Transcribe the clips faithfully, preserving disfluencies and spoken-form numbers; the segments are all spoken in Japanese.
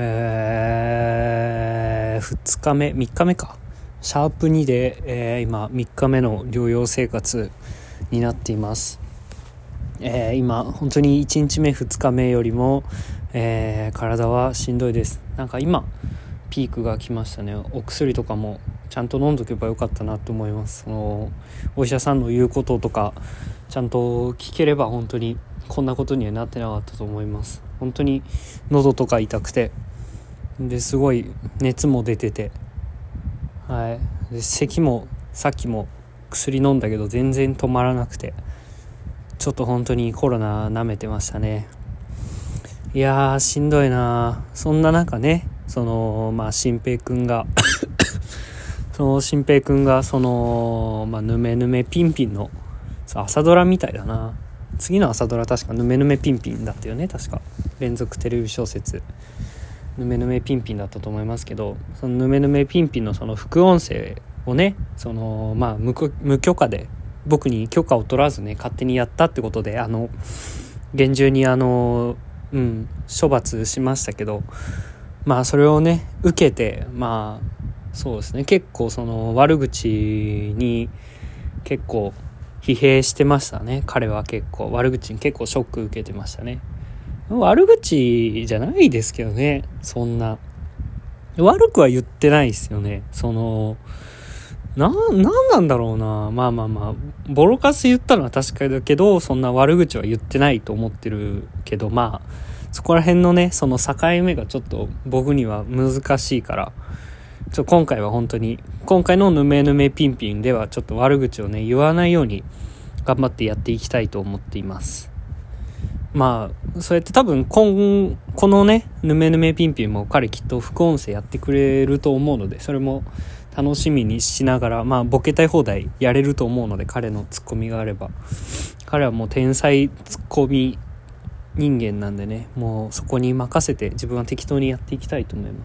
えー、ふつかめみっかめかシャープにで、えー、今みっかめの療養生活になっています。えー、今本当にいちにちめふつかめよりも、えー、体はしんどいです。なんか今ピークが来ましたね。お薬とかもちゃんと飲んどけばよかったなと思います。そのお医者さんの言うこととかちゃんと聞ければ本当にこんなことにはなってなかったと思います。本当に喉とか痛くて、ですごい熱も出てて、はい、で咳もさっきも薬飲んだけど全然止まらなくて、ちょっと本当にコロナ舐めてましたね。いやーしんどいな。そんな中ね、そのまあ新平くんがその新平くんがそのまあぬめぬめピンピンの朝ドラみたいだな。次の朝ドラ確かぬめぬめピンピンだったよね。確か連続テレビ小説ぬめぬめピンピンだったと思いますけど、そのぬめぬめピンピンのその副音声をね、そのまあ 無, 無許可で僕に許可を取らずね勝手にやったってことで、あの厳重にあのうん処罰しましたけど、まあそれをね受けて、まあそうですね、結構その悪口に結構疲弊してましたね。彼は結構悪口に結構ショック受けてましたね。悪口じゃないですけどね、そんな悪くは言ってないですよね。そのな、なんなんだろうな。まあまあまあボロカス言ったのは確かだけど、そんな悪口は言ってないと思ってるけど、まあそこら辺のねその境目がちょっと僕には難しいから、ちょ今回は本当に今回のぬめぬめピンピンではちょっと悪口をね言わないように頑張ってやっていきたいと思っています。まあそうやって多分今このねぬめぬめピンピンも彼きっと副音声やってくれると思うので、それも楽しみにしながら、まあボケたい放題やれると思うので、彼のツッコミがあれば。彼はもう天才ツッコミ人間なんでね、もうそこに任せて自分は適当にやっていきたいと思います。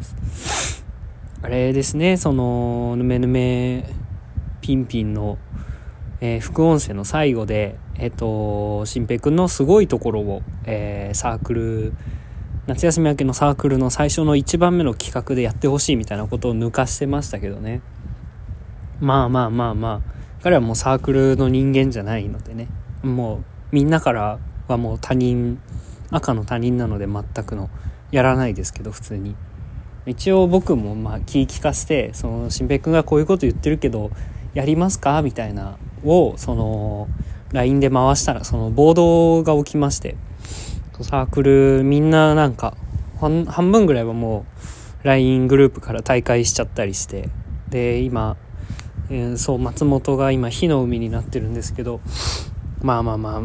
あれですね、そのぬめぬめピンピンの、えー、副音声の最後でえっ、ー、と新平くんのすごいところを、えー、サークル夏休み明けのサークルの最初のいちばんめの企画でやってほしいみたいなことを抜かしてましたけどね。まあまあまあまあ彼はもうサークルの人間じゃないのでね、もうみんなからはもう他人赤の他人なので全くのやらないですけど、普通に一応僕もまあ気利かせて、その新平くんがこういうこと言ってるけどやりますかみたいなをその ライン で回したら、その暴動が起きまして、サークルみんななんか半分ぐらいはもう ライン グループから退会しちゃったりして、で今、えー、そう松本が今火の海になってるんですけど、まあまあまあ、うん、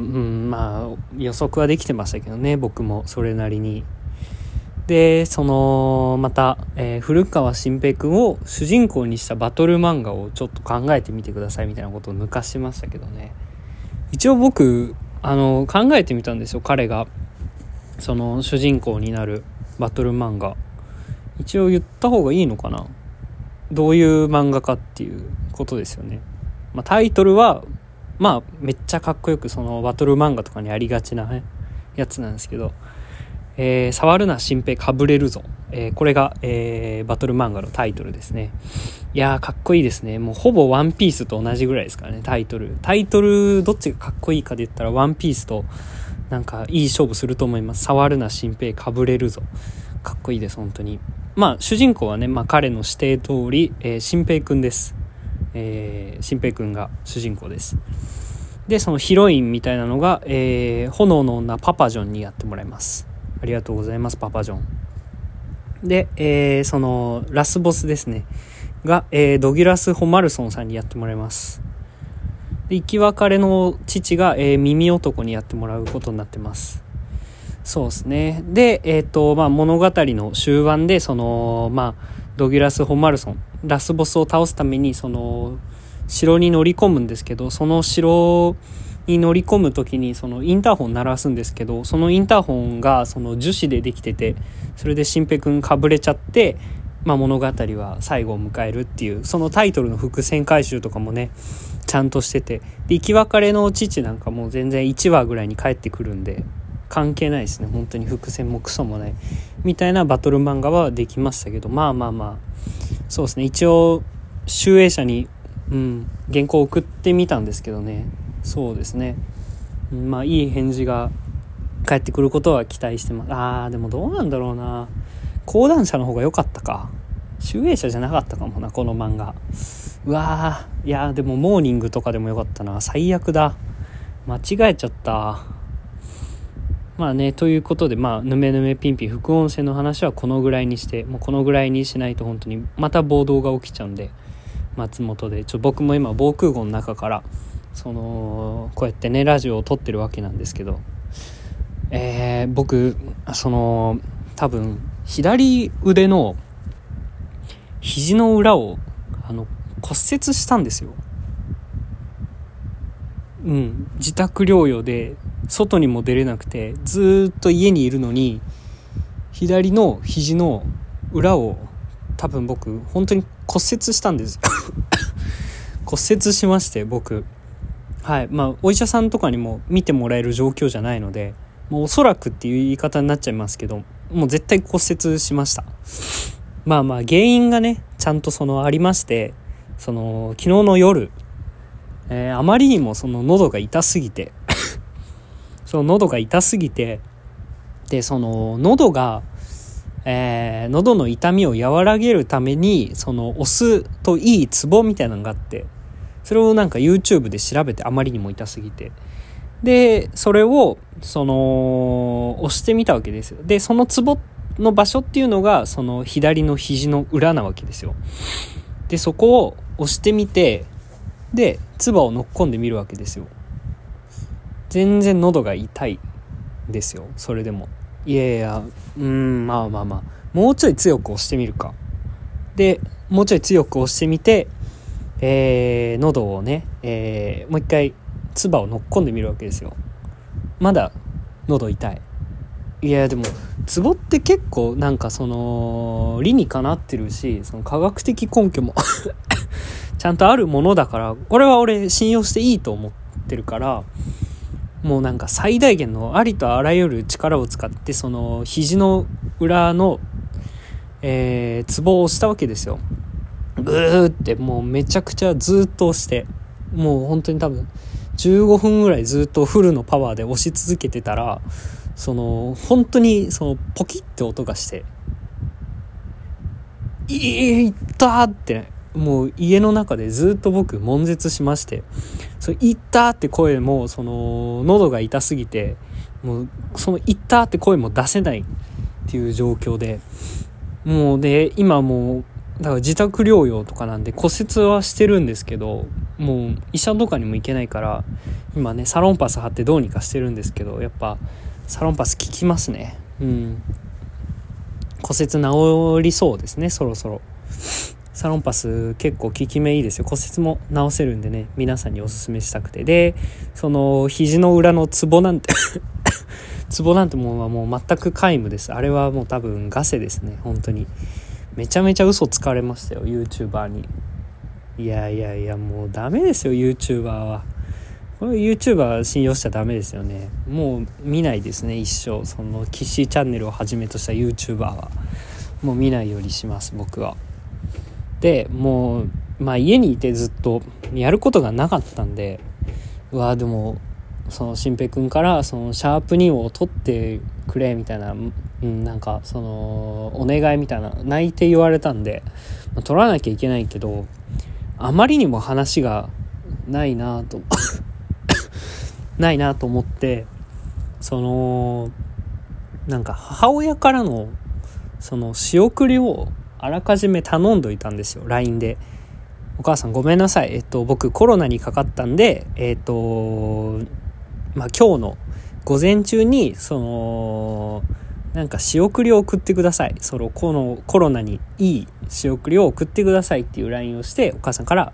まあ予測はできてましたけどね、僕もそれなりに。でそのまた、えー、古川新平くんを主人公にしたバトル漫画をちょっと考えてみてくださいみたいなことを抜かしましたけどね。一応僕あの考えてみたんですよ。彼がその主人公になるバトル漫画、一応言った方がいいのかな、どういう漫画かっていうことですよね。まあ、タイトルはまあめっちゃかっこよく、そのバトル漫画とかにありがちな、ね、やつなんですけど、えー、触るな新平かぶれるぞ、えー、これが、えー、バトル漫画のタイトルですね。いやーかっこいいですね。もうほぼワンピースと同じぐらいですからね。タイトルタイトルどっちがかっこいいかで言ったらワンピースとなんかいい勝負すると思います。触るな新平かぶれるぞ、かっこいいです本当に。まあ主人公はね、まあ、彼の指定通り、えー、新平くんです。えー、新平くんが主人公です。でそのヒロインみたいなのが、えー、炎の女パパジョンにやってもらいます。ありがとうございますパパジョンで、えー、そのラスボスですねが、えー、ドギュラス・ホマルソンさんにやってもらいます。で生き別れの父が、えー、耳男にやってもらうことになってます。そうですね。で、えーとまあ、物語の終盤でその、まあ、ドギュラス・ホマルソンラスボスを倒すためにその城に乗り込むんですけど、その城に乗り込むときにそのインターホン鳴らすんですけど、そのインターホンがその樹脂でできてて、それで新平くんかぶれちゃって、まあ、物語は最後を迎えるっていう、そのタイトルの伏線回収とかもねちゃんとしてて、で生き別れの父なんかもう全然いちわぐらいに帰ってくるんで関係ないですね。本当に伏線もクソもないみたいなバトル漫画はできましたけど、まあまあまあそうですね、一応集英社に、うん、原稿を送ってみたんですけどね、そうですね、まあいい返事が返ってくることは期待してます。あーでもどうなんだろうな、講談社の方が良かったか、集英社じゃなかったかもなこの漫画。うわー、いやでもモーニングとかでもよかったな。最悪だ、間違えちゃった。まあね、ということで、まあぬめぬめピンピン副音声の話はこのぐらいにして、もうこのぐらいにしないと本当にまた暴動が起きちゃうんで、松本でちょ僕も今防空壕の中からそのこうやってねラジオを撮ってるわけなんですけど、えー、僕その多分左腕の肘の裏をあの骨折したんですよ。うん、自宅療養で外にも出れなくてずっと家にいるのに、左の肘の裏を多分僕本当に骨折したんです骨折しまして僕、はい、まあお医者さんとかにも見てもらえる状況じゃないので、もうおそらくっていう言い方になっちゃいますけど、もう絶対骨折しました。まあまあ原因がねちゃんとそのありまして、その昨日の夜、えー、あまりにもその喉が痛すぎてその喉が痛すぎてでその喉が、えー、喉の痛みを和らげるためにその押すといいツボみたいなのがあって、それをなんか YouTube で調べて、あまりにも痛すぎて、でそれをその押してみたわけですよ。でそのツボの場所っていうのがその左の肘の裏なわけですよ。でそこを押してみて、で唾を乗っ込んでみるわけですよ。全然喉が痛いですよ。それでもいやいや、うーんまあまあまあもうちょい強く押してみるか。でもうちょい強く押してみて、えー、喉をね、えー、もう一回唾を乗っ込んでみるわけですよ。まだ喉痛い。いやでもツボって結構なんかその理にかなってるし、その科学的根拠もちゃんとあるものだから、これは俺信用していいと思ってるから、もうなんか最大限のありとあらゆる力を使ってその肘の裏の、えー、ツボを押したわけですよ。グーってもうめちゃくちゃずっと押して、もう本当に多分じゅうごふんぐらいずっとフルのパワーで押し続けてたら、その本当にそのポキって音がして、いったって、もう家の中でずっと僕悶絶しまして、そのいったって声もその喉が痛すぎて、もうそのいったって声も出せないっていう状況で、もうで今もうだから自宅療養とかなんで骨折はしてるんですけど、もう医者とかにも行けないから今ねサロンパス貼ってどうにかしてるんですけど、やっぱサロンパス効きますね。うん、骨折治りそうですね、そろそろ。サロンパス結構効き目いいですよ。骨折も治せるんでね、皆さんにおすすめしたくて。でその肘の裏のツボなんてツボなんてもうもう全く皆無です。あれはもう多分ガセですね。本当にめちゃめちゃ嘘つかれましたよ YouTuber に。いやいやいやもうダメですよ YouTuber は。これ YouTuber 信用しちゃダメですよね。もう見ないですね、一生。そのキッシーチャンネルをはじめとした YouTuber はもう見ないようにします僕は。でもうまあ家にいてずっとやることがなかったんで、うわでもその新平くんからそのシャープにを取ってくれみたいな、うん、なんかそのお願いみたいな泣いて言われたんで、まあ、取らなきゃいけないけど、あまりにも話がないなとないなと思って、そのなんか母親からのその仕送りをあらかじめ頼んどいたんですよ ライン で。お母さんごめんなさい、えっと僕コロナにかかったんで、えっとまあ今日の午前中にそのなんか仕送りを送ってください、そのこのコロナにいい仕送りを送ってくださいっていう ライン をして、お母さんから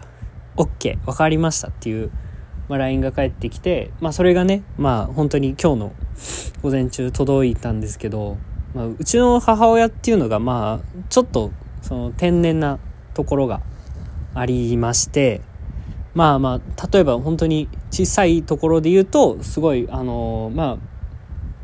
OK 分かりましたっていう、まあ、ライン が返ってきて、まあそれがねまあ本当に今日の午前中届いたんですけど、まあ、うちの母親っていうのがまあちょっとその天然なところがありまして、まあまあ例えば本当に小さいところで言うとすごいあのまあ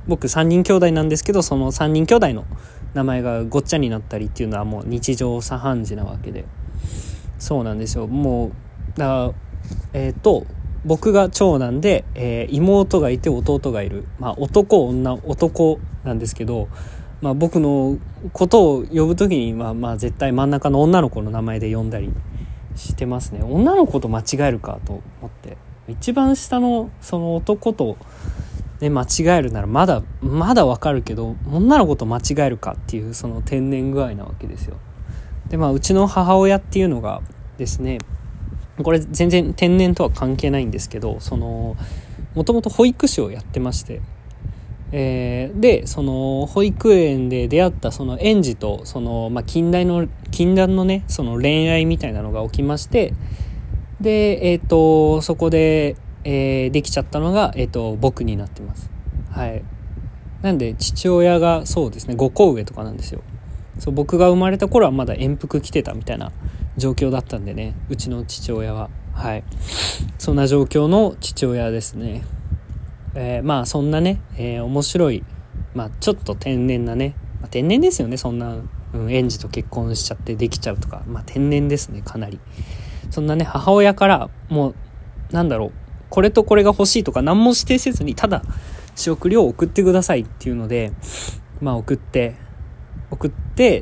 僕さんにん兄弟なんですけど、そのさんにん兄弟の名前がごっちゃになったりっていうのはもう日常茶飯事なわけで、そうなんですよ。もうだからえっと僕が長男で、えー、妹がいて弟がいる、まあ男女男なんですけど、まあ僕のことを呼ぶときにまあまあ絶対真ん中の女の子の名前で呼んだりしてますね。女の子と間違えるかと思って、一番下のその男とね間違えるならまだまだわかるけど、女の子と間違えるかっていうその天然具合なわけですよ。でまあうちの母親っていうのがですね、これ全然天然とは関係ないんですけど、そのもともと保育士をやってまして、えー、でその保育園で出会ったその園児とその、まあ、禁断の禁断のねその恋愛みたいなのが起きまして、でえっ、ー、とそこで、えー、できちゃったのが、えー、と僕になってます。はい。なんで父親がそうですねごこ上とかなんですよ。そう僕が生まれた頃はまだ遠服来てたみたいな状況だったんでね、うちの父親は。はい。そんな状況の父親ですね。えー、まあそんなね、えー、面白い、まあちょっと天然なね、まあ、天然ですよね、そんな、うん、園児と結婚しちゃってできちゃうとか、まあ天然ですね、かなり。そんなね、母親からもう、なんだろう、これとこれが欲しいとか何も指定せずに、ただ仕送りを送ってくださいっていうので、まあ送って、送って、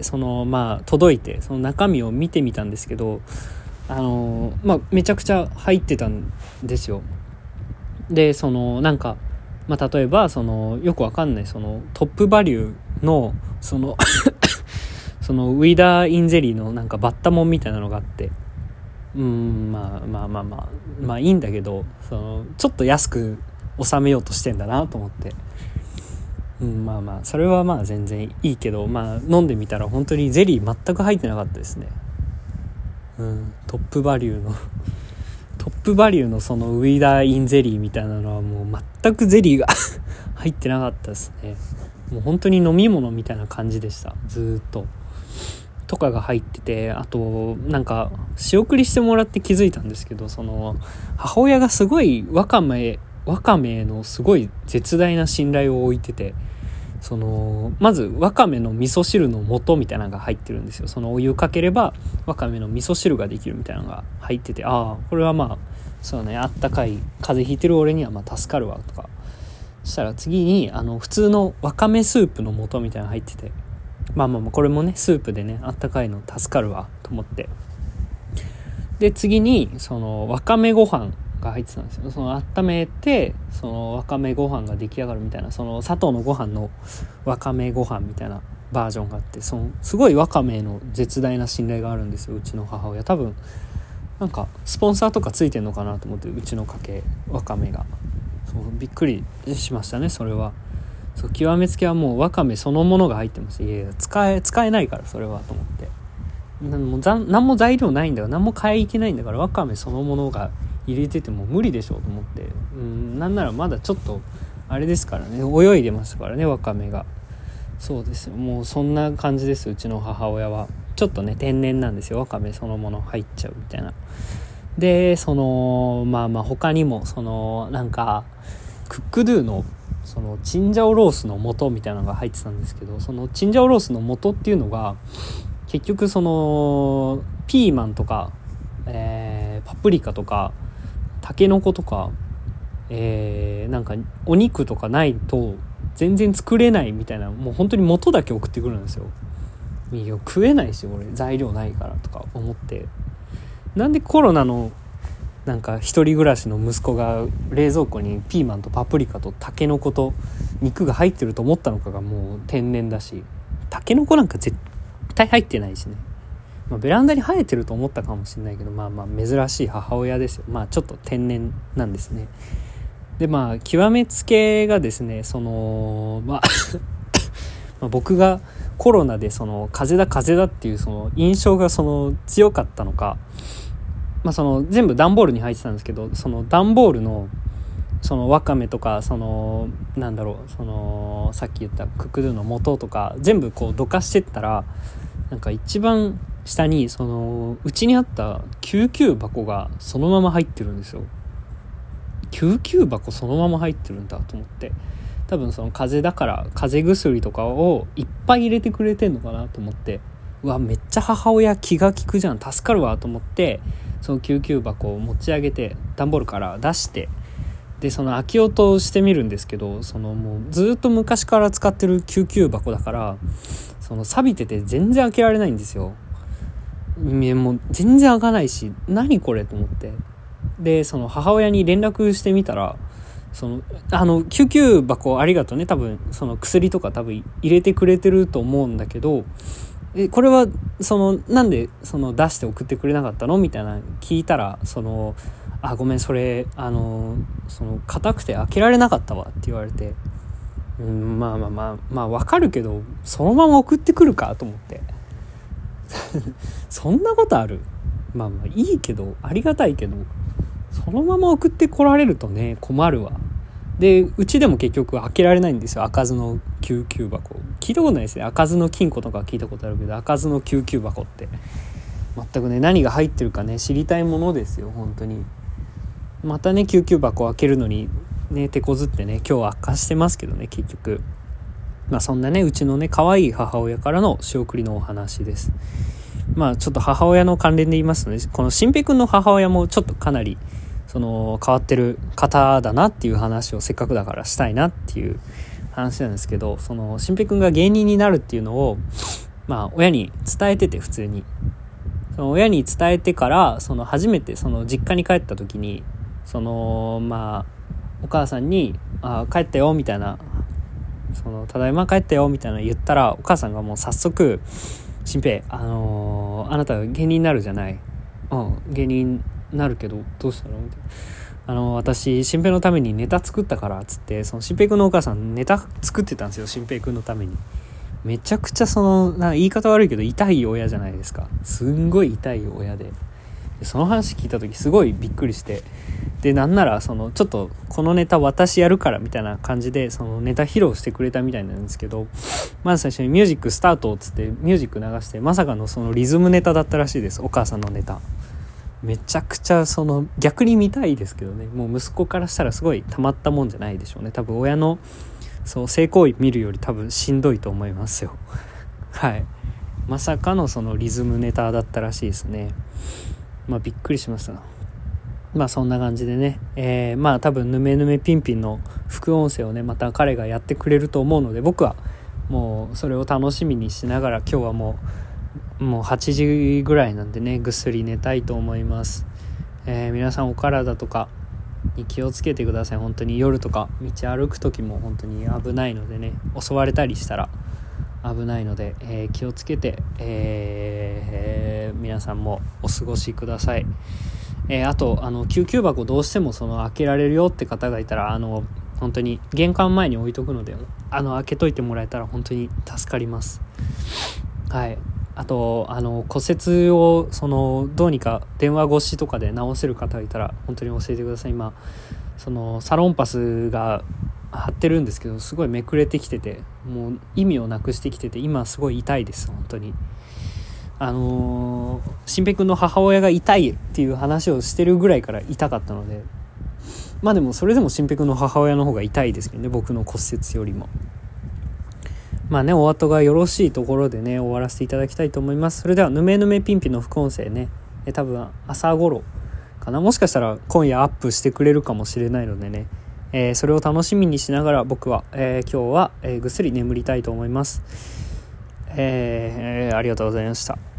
そのまあ届いて、その中身を見てみたんですけど、あのー、まあめちゃくちゃ入ってたんですよ。でそのなんか、まあ、例えばそのよくわかんないそのトップバリューのそのそのウィダーインゼリーのなんかバッタモンみたいなのがあって、うーんまあまあまあまあまあいいんだけど、そのちょっと安く収めようとしてんだなと思って、うん、まあまあそれはまあ全然いいけど、まあ飲んでみたら本当にゼリー全く入ってなかったですね。うん、トップバリューのトップバリューのそのウィダーインゼリーみたいなのはもう全くゼリーが入ってなかったですね。もう本当に飲み物みたいな感じでした。ずっととかが入ってて、あとなんか仕送りしてもらって気づいたんですけど、その母親がすごいわかめわかめへのすごい絶大な信頼を置いてて、そのまずわかめの味噌汁の素みたいなのが入ってるんですよ。そのお湯かければわかめの味噌汁ができるみたいなのが入ってて、ああこれはまあそうね、あったかい風邪ひいてる俺にはまあ助かるわとか。そしたら次にあの普通のわかめスープの素みたいなの入ってて、まあまあまあこれもねスープでねあったかいの助かるわと思って、で次にそのわかめご飯が入ってたんですよ。その温めてそのわかめご飯が出来上がるみたいな、その砂糖のご飯のわかめご飯みたいなバージョンがあって、そのすごいわかめへの絶大な信頼があるんですよ、うちの母親。多分なんかスポンサーとかついてんのかなと思って、うちの家系わかめがそうびっくりしましたね。それはそう極めつけはもうわかめそのものが入ってます。いやいや使え使えないからそれはと思って、なんもざ何も材料ないんだから、何も買いいけないんだから、わかめそのものが入れてても無理でしょうと思って、うん、なんならまだちょっとあれですからね、泳いでますからねわかめが。そうですよ、もうそんな感じです。うちの母親はちょっとね天然なんですよ、わかめそのもの入っちゃうみたいな。でそのまあまあ他にもそのなんかクックドゥのそのチンジャオロースの素みたいなのが入ってたんですけど、そのチンジャオロースの素っていうのが結局そのピーマンとか、えー、パプリカとかタケノコとか、えー、なんかお肉とかないと全然作れないみたいな、もう本当に素だけ送ってくるんですよ。いや食えないし俺材料ないからとか思って、なんでコロナのなんか一人暮らしの息子が冷蔵庫にピーマンとパプリカとタケノコと肉が入ってると思ったのかがもう天然だし、タケノコなんか絶対入ってないしね、まあ、ベランダに生えてると思ったかもしれないけど、まあまあ珍しい母親ですよ。まあちょっと天然なんですね。でまあ極めつけがですね、そのまあまあ僕がコロナでその風邪だ風邪だっていうその印象がその強かったのか、まあ、その全部段ボールに入ってたんですけど、その段ボールのそのわかめとかそのなんだろうそのさっき言ったクックドゥの素とか全部こうどかしてったら、なんか一番下にそのうちにあった救急箱がそのまま入ってるんですよ。救急箱そのまま入ってるんだと思って、 多分その風邪だから風邪薬とかをいっぱい入れてくれてんのかなと思って、うわめっちゃ母親気が利くじゃん、助かるわと思って、その救急箱を持ち上げて段ボールから出して、でその開けようとしてみるんですけど、そのもうずっと昔から使ってる救急箱だから、その錆びてて全然開けられないんですよ。もう全然開かないし、何これと思って、でその母親に連絡してみたら、そのあの救急箱ありがとうね、多分その薬とか多分入れてくれてると思うんだけど、えこれはそのなんでその出して送ってくれなかったのみたいな聞いたら、そのあごめんそれあのその硬くて開けられなかったわって言われて、うん、まあまあまあまあわかるけど、そのまま送ってくるかと思ってそんなことある？まあまあいいけど、ありがたいけど、そのまま送ってこられるとね困るわ。でうちでも結局開けられないんですよ、開かずの救急箱。聞いたことないですね、開かずの金庫とか聞いたことあるけど、開かずの救急箱って全くね、何が入ってるかね知りたいものですよ本当に。またね救急箱開けるのにね手こずってね、今日悪化してますけどね結局。まあそんなねうちのね可愛い母親からの仕送りのお話です。まあちょっと母親の関連で言いますとね、この新平くんの母親もちょっとかなりその変わってる方だなっていう話をせっかくだからしたいなっていう話なんですけど、その新平くんが芸人になるっていうのをまあ親に伝えてて、普通にその親に伝えてから、その初めてその実家に帰った時に、そのまあお母さんにあ帰ったよみたいな、そのただいま帰ったよみたいな言ったら、お母さんがもう早速新平、あのー、あなた芸人になるじゃない、うん芸人になるけどどうしたのみたいな、あのー、私新平のためにネタ作ったからっつって、その新平くんのお母さんネタ作ってたんですよ、新平くんのために。めちゃくちゃそのな言い方悪いけど痛い親じゃないですか、すんごい痛い親で、でその話聞いた時すごいびっくりして、でなんならそのちょっとこのネタ私やるからみたいな感じでそのネタ披露してくれたみたいなんですけど、まず最初にミュージックスタートっつってミュージック流して、まさかのそのリズムネタだったらしいです、お母さんのネタ。めちゃくちゃその逆に見たいですけどね、もう息子からしたらすごいたまったもんじゃないでしょうね、多分親のそう性行為見るより多分しんどいと思いますよはい、まさかのそのリズムネタだったらしいですね。まあびっくりしました。まあそんな感じでね、えー、まあ多分ぬめぬめピンピンの副音声をねまた彼がやってくれると思うので、僕はもうそれを楽しみにしながら、今日はもうもうはちじぐらいなんでねぐっすり寝たいと思います。えー、皆さんお体とかに気をつけてください。本当に夜とか道歩く時も本当に危ないのでね、襲われたりしたら危ないので、えー、気をつけて、えー、皆さんもお過ごしください。えー、あとあの救急箱どうしてもその開けられるよって方がいたら、あの本当に玄関前に置いとくので、あの開けといてもらえたら本当に助かります。はい。あとあの骨折をそのどうにか電話越しとかで直せる方がいたら本当に教えてください。今そのサロンパスが貼ってるんですけど、すごいめくれてきてて、もう意味をなくしてきてて、今すごい痛いです本当に。あのー、新平くんの母親が痛いっていう話をしてるぐらいから痛かったので、まあでもそれでも新平くんの母親の方が痛いですけどね、僕の骨折よりも。まあね、お後がよろしいところでね終わらせていただきたいと思います。それではぬめぬめピンピンの副音声ね、え多分朝頃かな、もしかしたら今夜アップしてくれるかもしれないのでね、えー、それを楽しみにしながら僕は、えー、今日は、えー、ぐっすり眠りたいと思います。えーえー、ありがとうございました。